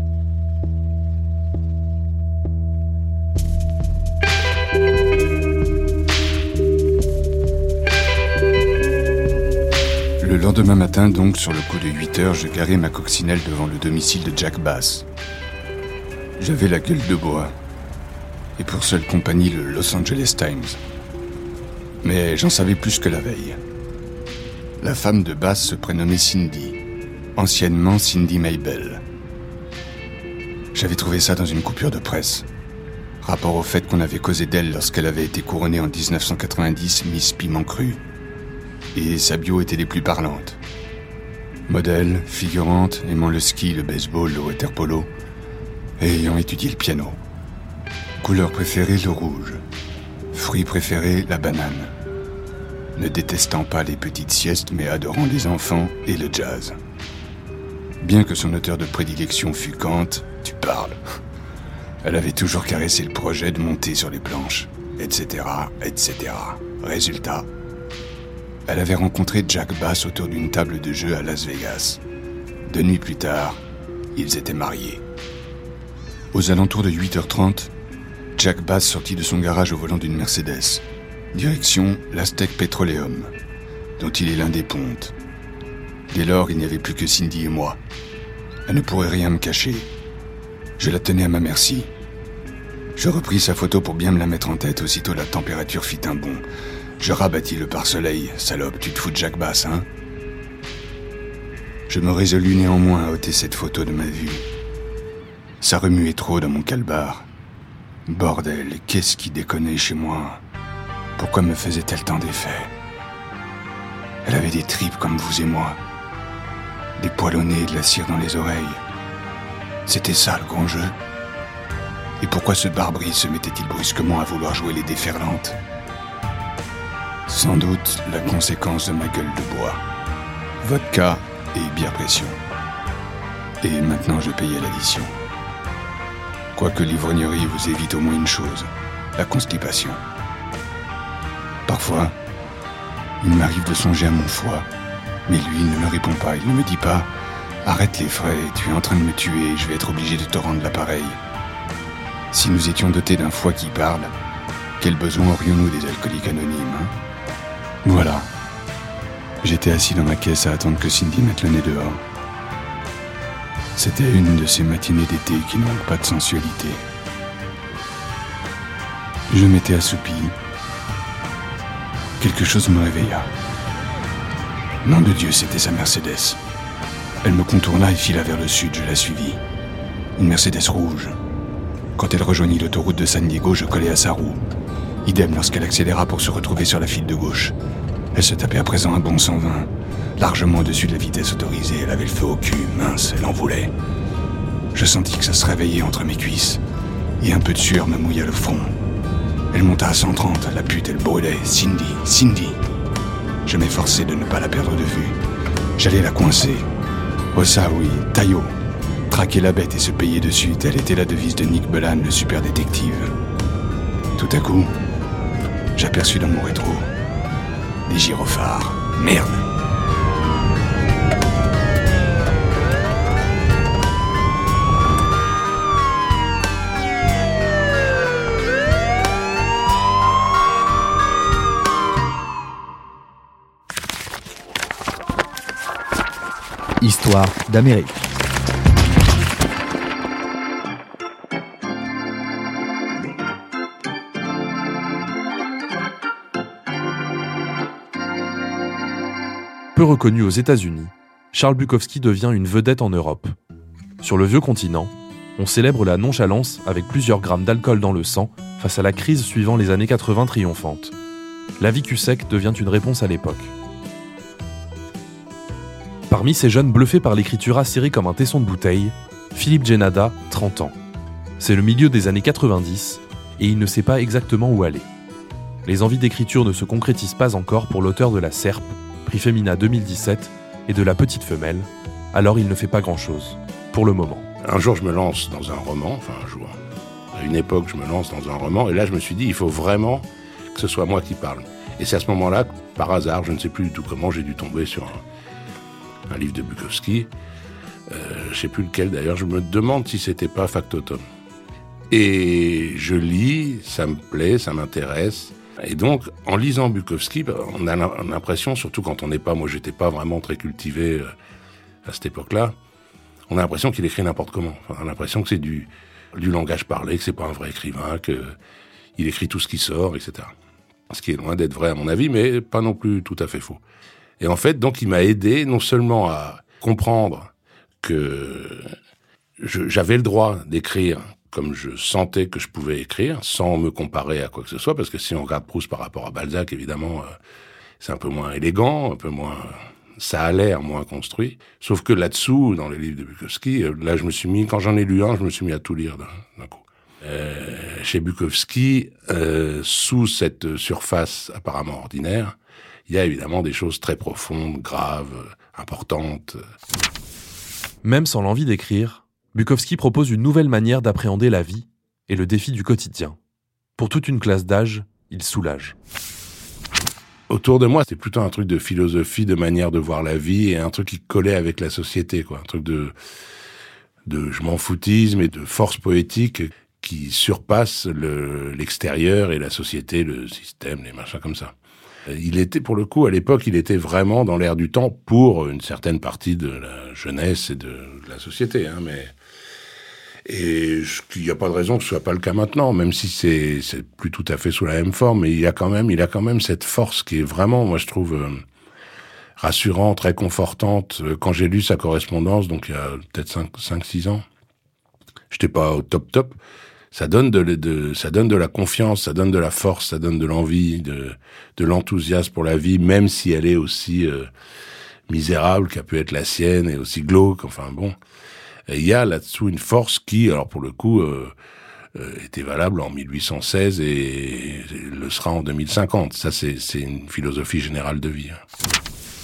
Le lendemain matin, donc, sur le coup de 8h, je garais ma coccinelle devant le domicile de Jack Bass. J'avais la gueule de bois. Et pour seule compagnie, le Los Angeles Times. Mais j'en savais plus que la veille. La femme de Bass se prénommait Cindy. Anciennement Cindy Maybell. J'avais trouvé ça dans une coupure de presse. Rapport au fait qu'on avait causé d'elle lorsqu'elle avait été couronnée en 1990 Miss Piment Cru. Et sa bio était des plus parlantes. Modèle, figurante, aimant le ski, le baseball, le water-polo, et ayant étudié le piano. Couleur préférée, le rouge. Fruit préféré, la banane. Ne détestant pas les petites siestes, mais adorant les enfants et le jazz. Bien que son auteur de prédilection fût Kant, tu parles. Elle avait toujours caressé le projet de monter sur les planches, etc., etc. Résultat, elle avait rencontré Jack Bass autour d'une table de jeu à Las Vegas. 2 nuits plus tard, ils étaient mariés. Aux alentours de 8h30, Jack Bass sortit de son garage au volant d'une Mercedes. Direction l'Aztec Petroleum, dont il est l'un des pontes. Dès lors, il n'y avait plus que Cindy et moi. Elle ne pourrait rien me cacher. Je la tenais à ma merci. Je repris sa photo pour bien me la mettre en tête, aussitôt la température fit un bond. Je rabattis le pare-soleil. Salope, tu te fous de Jack Bass, hein? Je me résolus néanmoins à ôter cette photo de ma vue. Ça remuait trop dans mon calbar. Bordel, qu'est-ce qui déconnait chez moi? Pourquoi me faisait-elle tant d'effet? Elle avait des tripes comme vous et moi. Des poils au nez et de la cire dans les oreilles. C'était ça le grand jeu. Et pourquoi ce barbris se mettait-il brusquement à vouloir jouer les déferlantes? Sans doute la conséquence de ma gueule de bois. Vodka et bière pression. Et maintenant je payais l'addition. Quoique l'ivrognerie vous évite au moins une chose, la constipation. Parfois, il m'arrive de songer à mon foie, mais lui, il ne me répond pas. Il ne me dit pas « Arrête les frais, tu es en train de me tuer, je vais être obligé de te rendre l'appareil. » Si nous étions dotés d'un foie qui parle, quel besoin aurions-nous des alcooliques anonymes, hein? Voilà. J'étais assis dans ma caisse à attendre que Cindy mette le nez dehors. C'était une de ces matinées d'été qui ne manquent pas de sensualité. Je m'étais assoupi. Quelque chose me réveilla. Nom de Dieu, c'était sa Mercedes. Elle me contourna et fila vers le sud, je la suivis. Une Mercedes rouge. Quand elle rejoignit l'autoroute de San Diego, je collai à sa roue. Idem lorsqu'elle accéléra pour se retrouver sur la file de gauche. Elle se tapait à présent un bon 120, largement au-dessus de la vitesse autorisée. Elle avait le feu au cul, mince, elle en voulait. Je sentis que ça se réveillait entre mes cuisses, et un peu de sueur me mouilla le front. Elle monta à 130, la pute, elle brûlait. Cindy, Cindy. Je m'efforçais de ne pas la perdre de vue. J'allais la coincer. Oh ça oui, taillot. Traquer la bête et se payer dessus, telle était la devise de Nick Belan, le super détective. Tout à coup, j'aperçus dans mon rétro des gyrophares. Merde! Histoire d'Amérique. Peu reconnu aux États-Unis, Charles Bukowski devient une vedette en Europe. Sur le vieux continent, on célèbre la nonchalance avec plusieurs grammes d'alcool dans le sang face à la crise suivant les années 80 triomphantes. La vie cul-sec devient une réponse à l'époque. Parmi ces jeunes bluffés par l'écriture acérée comme un tesson de bouteille, Philippe Genada, 30 ans. C'est le milieu des années 90 et il ne sait pas exactement où aller. Les envies d'écriture ne se concrétisent pas encore pour l'auteur de La Serpe, prix Femina 2017, et de La Petite Femelle, alors il ne fait pas grand-chose, pour le moment. Un jour, je me lance dans un roman, à une époque, je me lance dans un roman, et là, je me suis dit, il faut vraiment que ce soit moi qui parle. Et c'est à ce moment-là, par hasard, je ne sais plus du tout comment, j'ai dû tomber sur un livre de Bukowski, je ne sais plus lequel d'ailleurs, je me demande si c'était pas Factotum. Et je lis, ça me plaît, ça m'intéresse. Et donc, en lisant Bukowski, on a l'impression, surtout quand on n'est pas, moi j'étais pas vraiment très cultivé à cette époque-là, on a l'impression qu'il écrit n'importe comment. Enfin, on a l'impression que c'est du langage parlé, que c'est pas un vrai écrivain, qu'il écrit tout ce qui sort, etc. Ce qui est loin d'être vrai à mon avis, mais pas non plus tout à fait faux. Et en fait, donc, il m'a aidé non seulement à comprendre que j'avais le droit d'écrire comme je sentais que je pouvais écrire, sans me comparer à quoi que ce soit, parce que si on regarde Proust par rapport à Balzac, évidemment, c'est un peu moins élégant, un peu moins... ça a l'air moins construit. Sauf que là-dessous, dans les livres de Bukowski, là, je me suis mis, quand j'en ai lu un, je me suis mis à tout lire d'un coup. Chez Bukowski, sous cette surface apparemment ordinaire, il y a évidemment des choses très profondes, graves, importantes. Même sans l'envie d'écrire, Bukowski propose une nouvelle manière d'appréhender la vie et le défi du quotidien. Pour toute une classe d'âge, il soulage. Autour de moi, c'est plutôt un truc de philosophie, de manière de voir la vie, et un truc qui collait avec la société, quoi. Un truc de je m'en foutisme et de force poétique qui surpasse l'extérieur et la société, le système, les machins comme ça. Il était, pour le coup, à l'époque, il était vraiment dans l'air du temps pour une certaine partie de la jeunesse et de la société, hein, mais... Et il n'y a pas de raison que ce soit pas le cas maintenant, même si c'est plus tout à fait sous la même forme, mais il a quand même cette force qui est vraiment, moi je trouve, rassurante, très confortante. Quand j'ai lu sa correspondance, donc il y a peut-être 5-6 ans, j'étais pas au top, ça donne ça donne de la confiance, ça donne de la force, ça donne de l'envie, de l'enthousiasme pour la vie, même si elle est aussi misérable qu'a pu être la sienne, et aussi glauque, enfin bon. Il y a là-dessous une force qui, alors pour le coup, était valable en 1816 et le sera en 2050. Ça, c'est une philosophie générale de vie.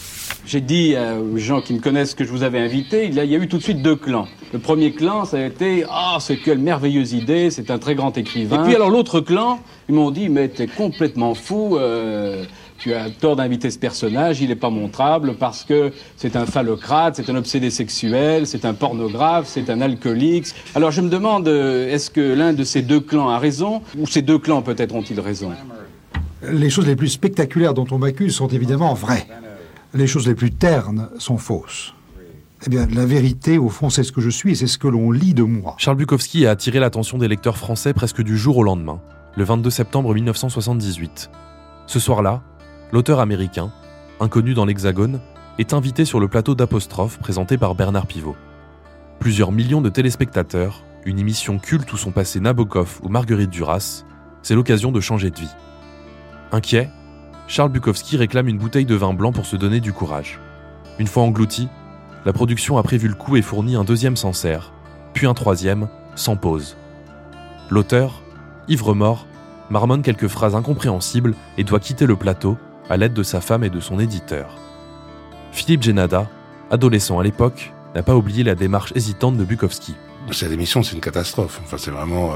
j'ai dit aux gens qui me connaissent que je vous avais invité, il y a eu tout de suite 2 clans. Le premier clan, ça a été « Ah, c'est quelle merveilleuse idée, c'est un très grand écrivain ». Et puis alors l'autre clan, ils m'ont dit « Mais t'es complètement fou, tu as tort d'inviter ce personnage, il n'est pas montrable parce que c'est un phallocrate, c'est un obsédé sexuel, c'est un pornographe, c'est un alcoolique ». Alors je me demande, est-ce que l'un de ces 2 clans a raison, ou ces 2 clans peut-être ont-ils raison ? Les choses les plus spectaculaires dont on m'accuse sont évidemment vraies. Les choses les plus ternes sont fausses. Eh bien, la vérité, au fond, c'est ce que je suis et c'est ce que l'on lit de moi. Charles Bukowski a attiré l'attention des lecteurs français presque du jour au lendemain, le 22 septembre 1978. Ce soir-là, l'auteur américain, inconnu dans l'Hexagone, est invité sur le plateau d'Apostrophe présenté par Bernard Pivot. Plusieurs millions de téléspectateurs, une émission culte où sont passés Nabokov ou Marguerite Duras, c'est l'occasion de changer de vie. Inquiet, Charles Bukowski réclame une bouteille de vin blanc pour se donner du courage. Une fois englouti, la production a prévu le coup et fourni un 2e Sancerre, puis un 3e, sans pause. L'auteur, ivre-mort, marmonne quelques phrases incompréhensibles et doit quitter le plateau à l'aide de sa femme et de son éditeur. Philippe Génada, adolescent à l'époque, n'a pas oublié la démarche hésitante de Bukowski. Cette émission, c'est une catastrophe. Enfin, c'est vraiment...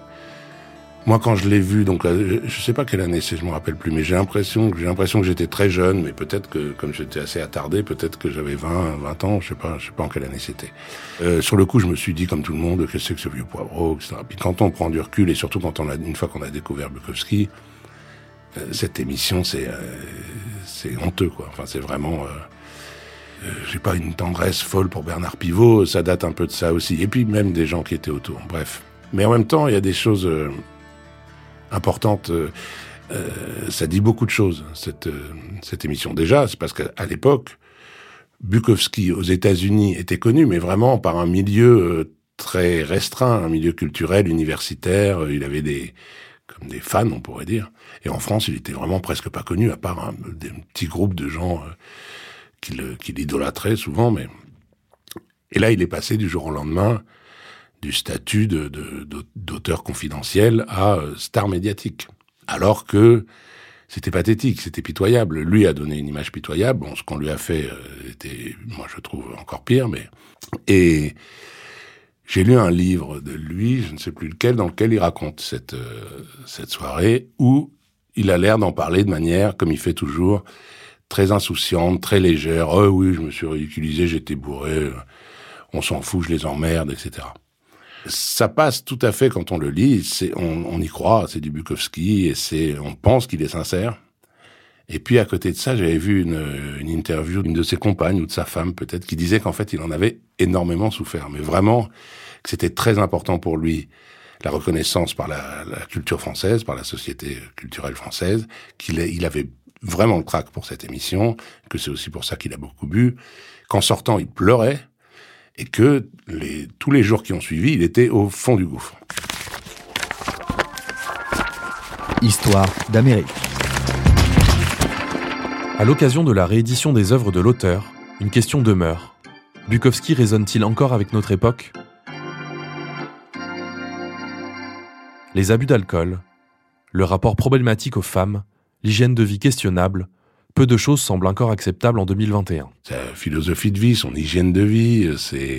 Moi, quand je l'ai vu, donc là, je sais pas quelle année c'est, je me rappelle plus, mais j'ai l'impression que j'étais très jeune, mais peut-être que, comme j'étais assez attardé, peut-être que j'avais 20 ans, je sais pas en quelle année c'était. Sur le coup, je me suis dit, comme tout le monde, qu'est-ce que c'est que ce vieux poivreau, etc. Puis quand on prend du recul, et surtout une fois qu'on a découvert Bukowski, cette émission, c'est honteux, quoi. Enfin, c'est vraiment, j'ai pas une tendresse folle pour Bernard Pivot, ça date un peu de ça aussi. Et puis même des gens qui étaient autour, bref. Mais en même temps, il y a des choses importante, ça dit beaucoup de choses, cette émission. Déjà, c'est parce qu'à l'époque, Bukowski aux États-Unis était connu, mais vraiment par un milieu très restreint, un milieu culturel, universitaire. Il avait comme des fans, on pourrait dire. Et en France, il était vraiment presque pas connu, à part des petits groupes de gens qui l'idolâtraient souvent. Et là, il est passé du jour au lendemain du statut d'auteur confidentiel à star médiatique. Alors que c'était pathétique, c'était pitoyable. Lui a donné une image pitoyable. Bon, ce qu'on lui a fait était, moi je trouve, encore pire. Et j'ai lu un livre de lui, je ne sais plus lequel, dans lequel il raconte cette soirée où il a l'air d'en parler de manière, comme il fait toujours, très insouciante, très légère. « Oh oui, je me suis ridiculisé, j'étais bourré, on s'en fout, je les emmerde, etc. » Ça passe tout à fait quand on le lit, on y croit, c'est du Bukowski, et on pense qu'il est sincère. Et puis à côté de ça, j'avais vu une interview d'une de ses compagnes, ou de sa femme peut-être, qui disait qu'en fait il en avait énormément souffert, mais vraiment que c'était très important pour lui, la reconnaissance par la culture française, par la société culturelle française, qu'il avait vraiment le trac pour cette émission, que c'est aussi pour ça qu'il a beaucoup bu, qu'en sortant il pleurait, et que tous les jours qui ont suivi, il était au fond du gouffre. Histoire d'Amérique. À l'occasion de la réédition des œuvres de l'auteur, une question demeure. Bukowski résonne-t-il encore avec notre époque ? Les abus d'alcool, le rapport problématique aux femmes, l'hygiène de vie questionnable, peu de choses semblent encore acceptables en 2021. Sa philosophie de vie, son hygiène de vie,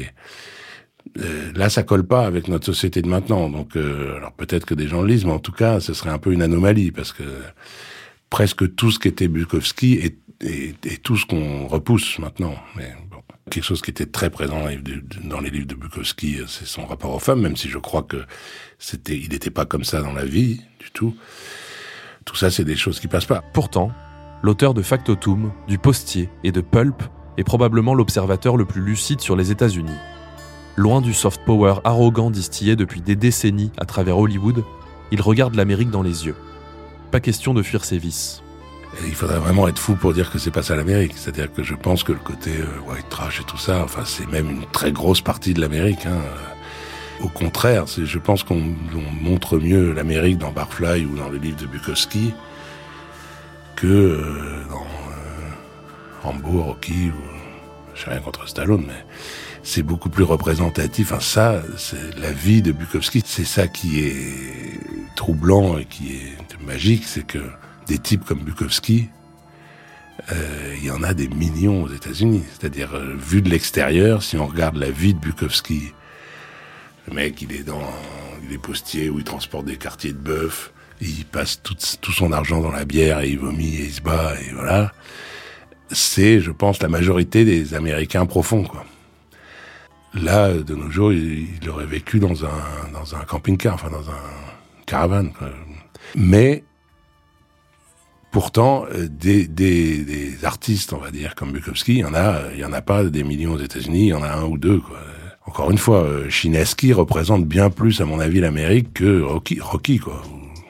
là, ça colle pas avec notre société de maintenant. Donc, alors peut-être que des gens le lisent, mais en tout cas, ce serait un peu une anomalie, parce que presque tout ce qu'était Bukowski est tout ce qu'on repousse maintenant. Mais bon, quelque chose qui était très présent dans les livres de Bukowski, c'est son rapport aux femmes, même si je crois que il n'était pas comme ça dans la vie du tout. Tout ça, c'est des choses qui passent pas. Pourtant, l'auteur de Factotum, du Postier et de Pulp est probablement l'observateur le plus lucide sur les États-Unis. Loin du soft power arrogant distillé depuis des décennies à travers Hollywood, il regarde l'Amérique dans les yeux. Pas question de fuir ses vices. Et il faudrait vraiment être fou pour dire que c'est pas ça l'Amérique. C'est-à-dire que je pense que le côté white trash et tout ça, enfin, c'est même une très grosse partie de l'Amérique. Au contraire, je pense qu'on montre mieux l'Amérique dans Barfly ou dans le livre de Bukowski que dans Rambo, Rocky, je sais rien contre Stallone, mais c'est beaucoup plus représentatif. Enfin, ça, c'est la vie de Bukowski. C'est ça qui est troublant et qui est magique, c'est que des types comme Bukowski il y en a des millions aux États-Unis. C'est-à-dire, vu de l'extérieur, si on regarde la vie de Bukowski, le mec, il est postier où il transporte des quartiers de bœuf, il passe tout son argent dans la bière et il vomit et il se bat et voilà. C'est, je pense, la majorité des Américains profonds, quoi. Là, de nos jours, il aurait vécu dans un camping-car, enfin dans un caravane, quoi. Mais pourtant, des artistes, on va dire, comme Bukowski, il y en a pas des millions aux États-Unis, il y en a un ou deux, quoi. Encore une fois, Chinaski représente bien plus, à mon avis, l'Amérique que Rocky, quoi.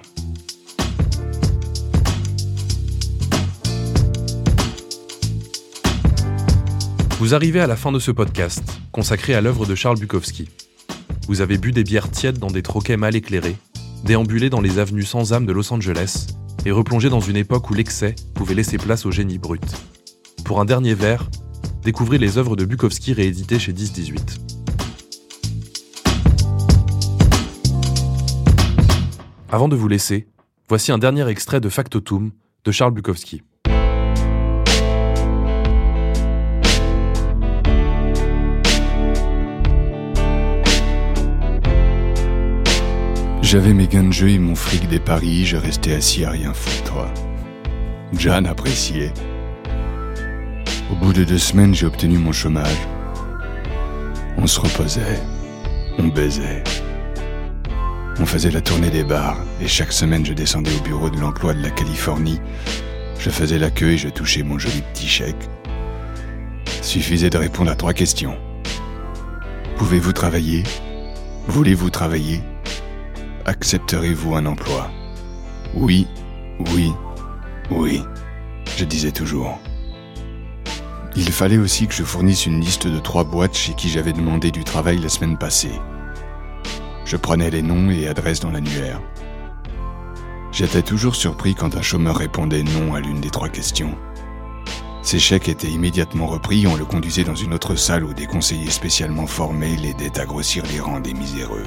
Vous arrivez à la fin de ce podcast, consacré à l'œuvre de Charles Bukowski. Vous avez bu des bières tièdes dans des troquets mal éclairés, déambulé dans les avenues sans âme de Los Angeles et replongé dans une époque où l'excès pouvait laisser place au génie brut. Pour un dernier verre, découvrez les œuvres de Bukowski rééditées chez 10-18. Avant de vous laisser, voici un dernier extrait de Factotum de Charles Bukowski. J'avais mes gains de jeu et mon fric des paris, je restais assis à rien foutre. Jan appréciait. Au bout de 2 semaines, j'ai obtenu mon chômage. On se reposait, on baisait. On faisait la tournée des bars, et chaque semaine je descendais au bureau de l'emploi de la Californie. Je faisais la queue et je touchais mon joli petit chèque. Suffisait de répondre à 3 questions. Pouvez-vous travailler ? Voulez-vous travailler ? Accepterez-vous un emploi ? Oui, oui, oui, je disais toujours. Il fallait aussi que je fournisse une liste de 3 boîtes chez qui j'avais demandé du travail la semaine passée. Je prenais les noms et adresses dans l'annuaire. J'étais toujours surpris quand un chômeur répondait non à l'une des 3 questions. Ses chèques étaient immédiatement repris et on le conduisait dans une autre salle où des conseillers spécialement formés l'aidaient à grossir les rangs des miséreux.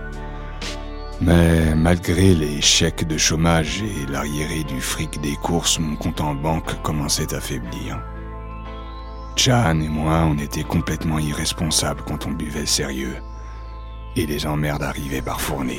Mais malgré les chèques de chômage et l'arriéré du fric des courses, mon compte en banque commençait à faiblir. Jan et moi, on était complètement irresponsables quand on buvait sérieux. Et les emmerdes arrivaient par fournées.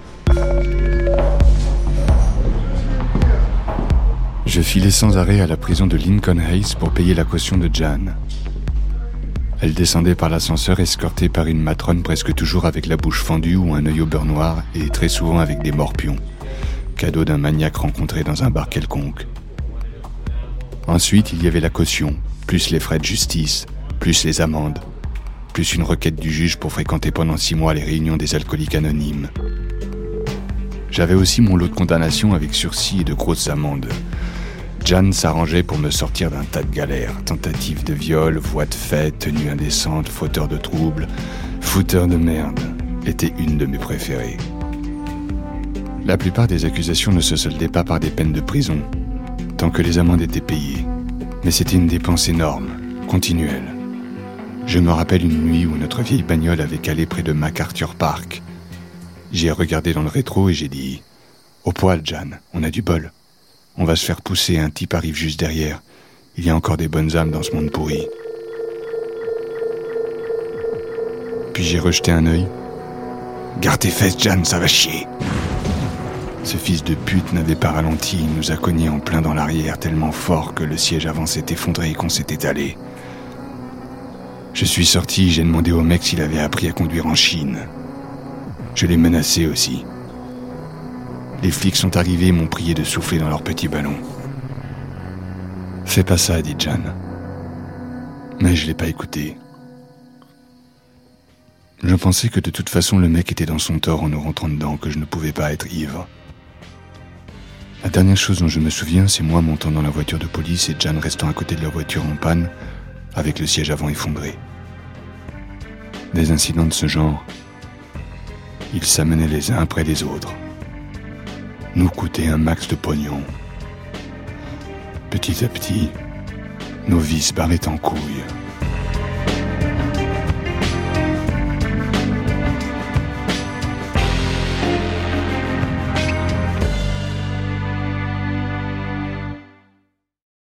Je filais sans arrêt à la prison de Lincoln Heights pour payer la caution de Jan. Elle descendait par l'ascenseur escortée par une matrone presque toujours avec la bouche fendue ou un œil au beurre noir et très souvent avec des morpions, cadeau d'un maniaque rencontré dans un bar quelconque. Ensuite, il y avait la caution, plus les frais de justice, plus les amendes, plus une requête du juge pour fréquenter pendant 6 mois les réunions des alcooliques anonymes. J'avais aussi mon lot de condamnations avec sursis et de grosses amendes. Jan s'arrangeait pour me sortir d'un tas de galères. Tentative de viol, voies de fait, tenue indécente, fauteur de troubles, fouteur de merde était une de mes préférées. La plupart des accusations ne se soldaient pas par des peines de prison, tant que les amendes étaient payées. Mais c'était une dépense énorme, continuelle. Je me rappelle une nuit où notre vieille bagnole avait calé près de MacArthur Park. J'ai regardé dans le rétro et j'ai dit « Au poil, Jan, on a du bol. On va se faire pousser, un type arrive juste derrière. Il y a encore des bonnes âmes dans ce monde pourri. » Puis j'ai rejeté un œil. « Garde tes fesses, Jan, ça va chier !» Ce fils de pute n'avait pas ralenti, il nous a cognés en plein dans l'arrière tellement fort que le siège avant s'est effondré et qu'on s'est étalé. Je suis sorti, j'ai demandé au mec s'il avait appris à conduire en Chine. Je l'ai menacé aussi. Les flics sont arrivés et m'ont prié de souffler dans leur petit ballon. « Fais pas ça », dit Jan. Mais je l'ai pas écouté. Je pensais que de toute façon le mec était dans son tort en nous rentrant dedans, que je ne pouvais pas être ivre. La dernière chose dont je me souviens, c'est moi montant dans la voiture de police et Jan restant à côté de la voiture en panne, avec le siège avant effondré. Des incidents de ce genre, ils s'amenaient les uns après les autres. Nous coûtaient un max de pognon. Petit à petit, nos vies se barraient en couilles.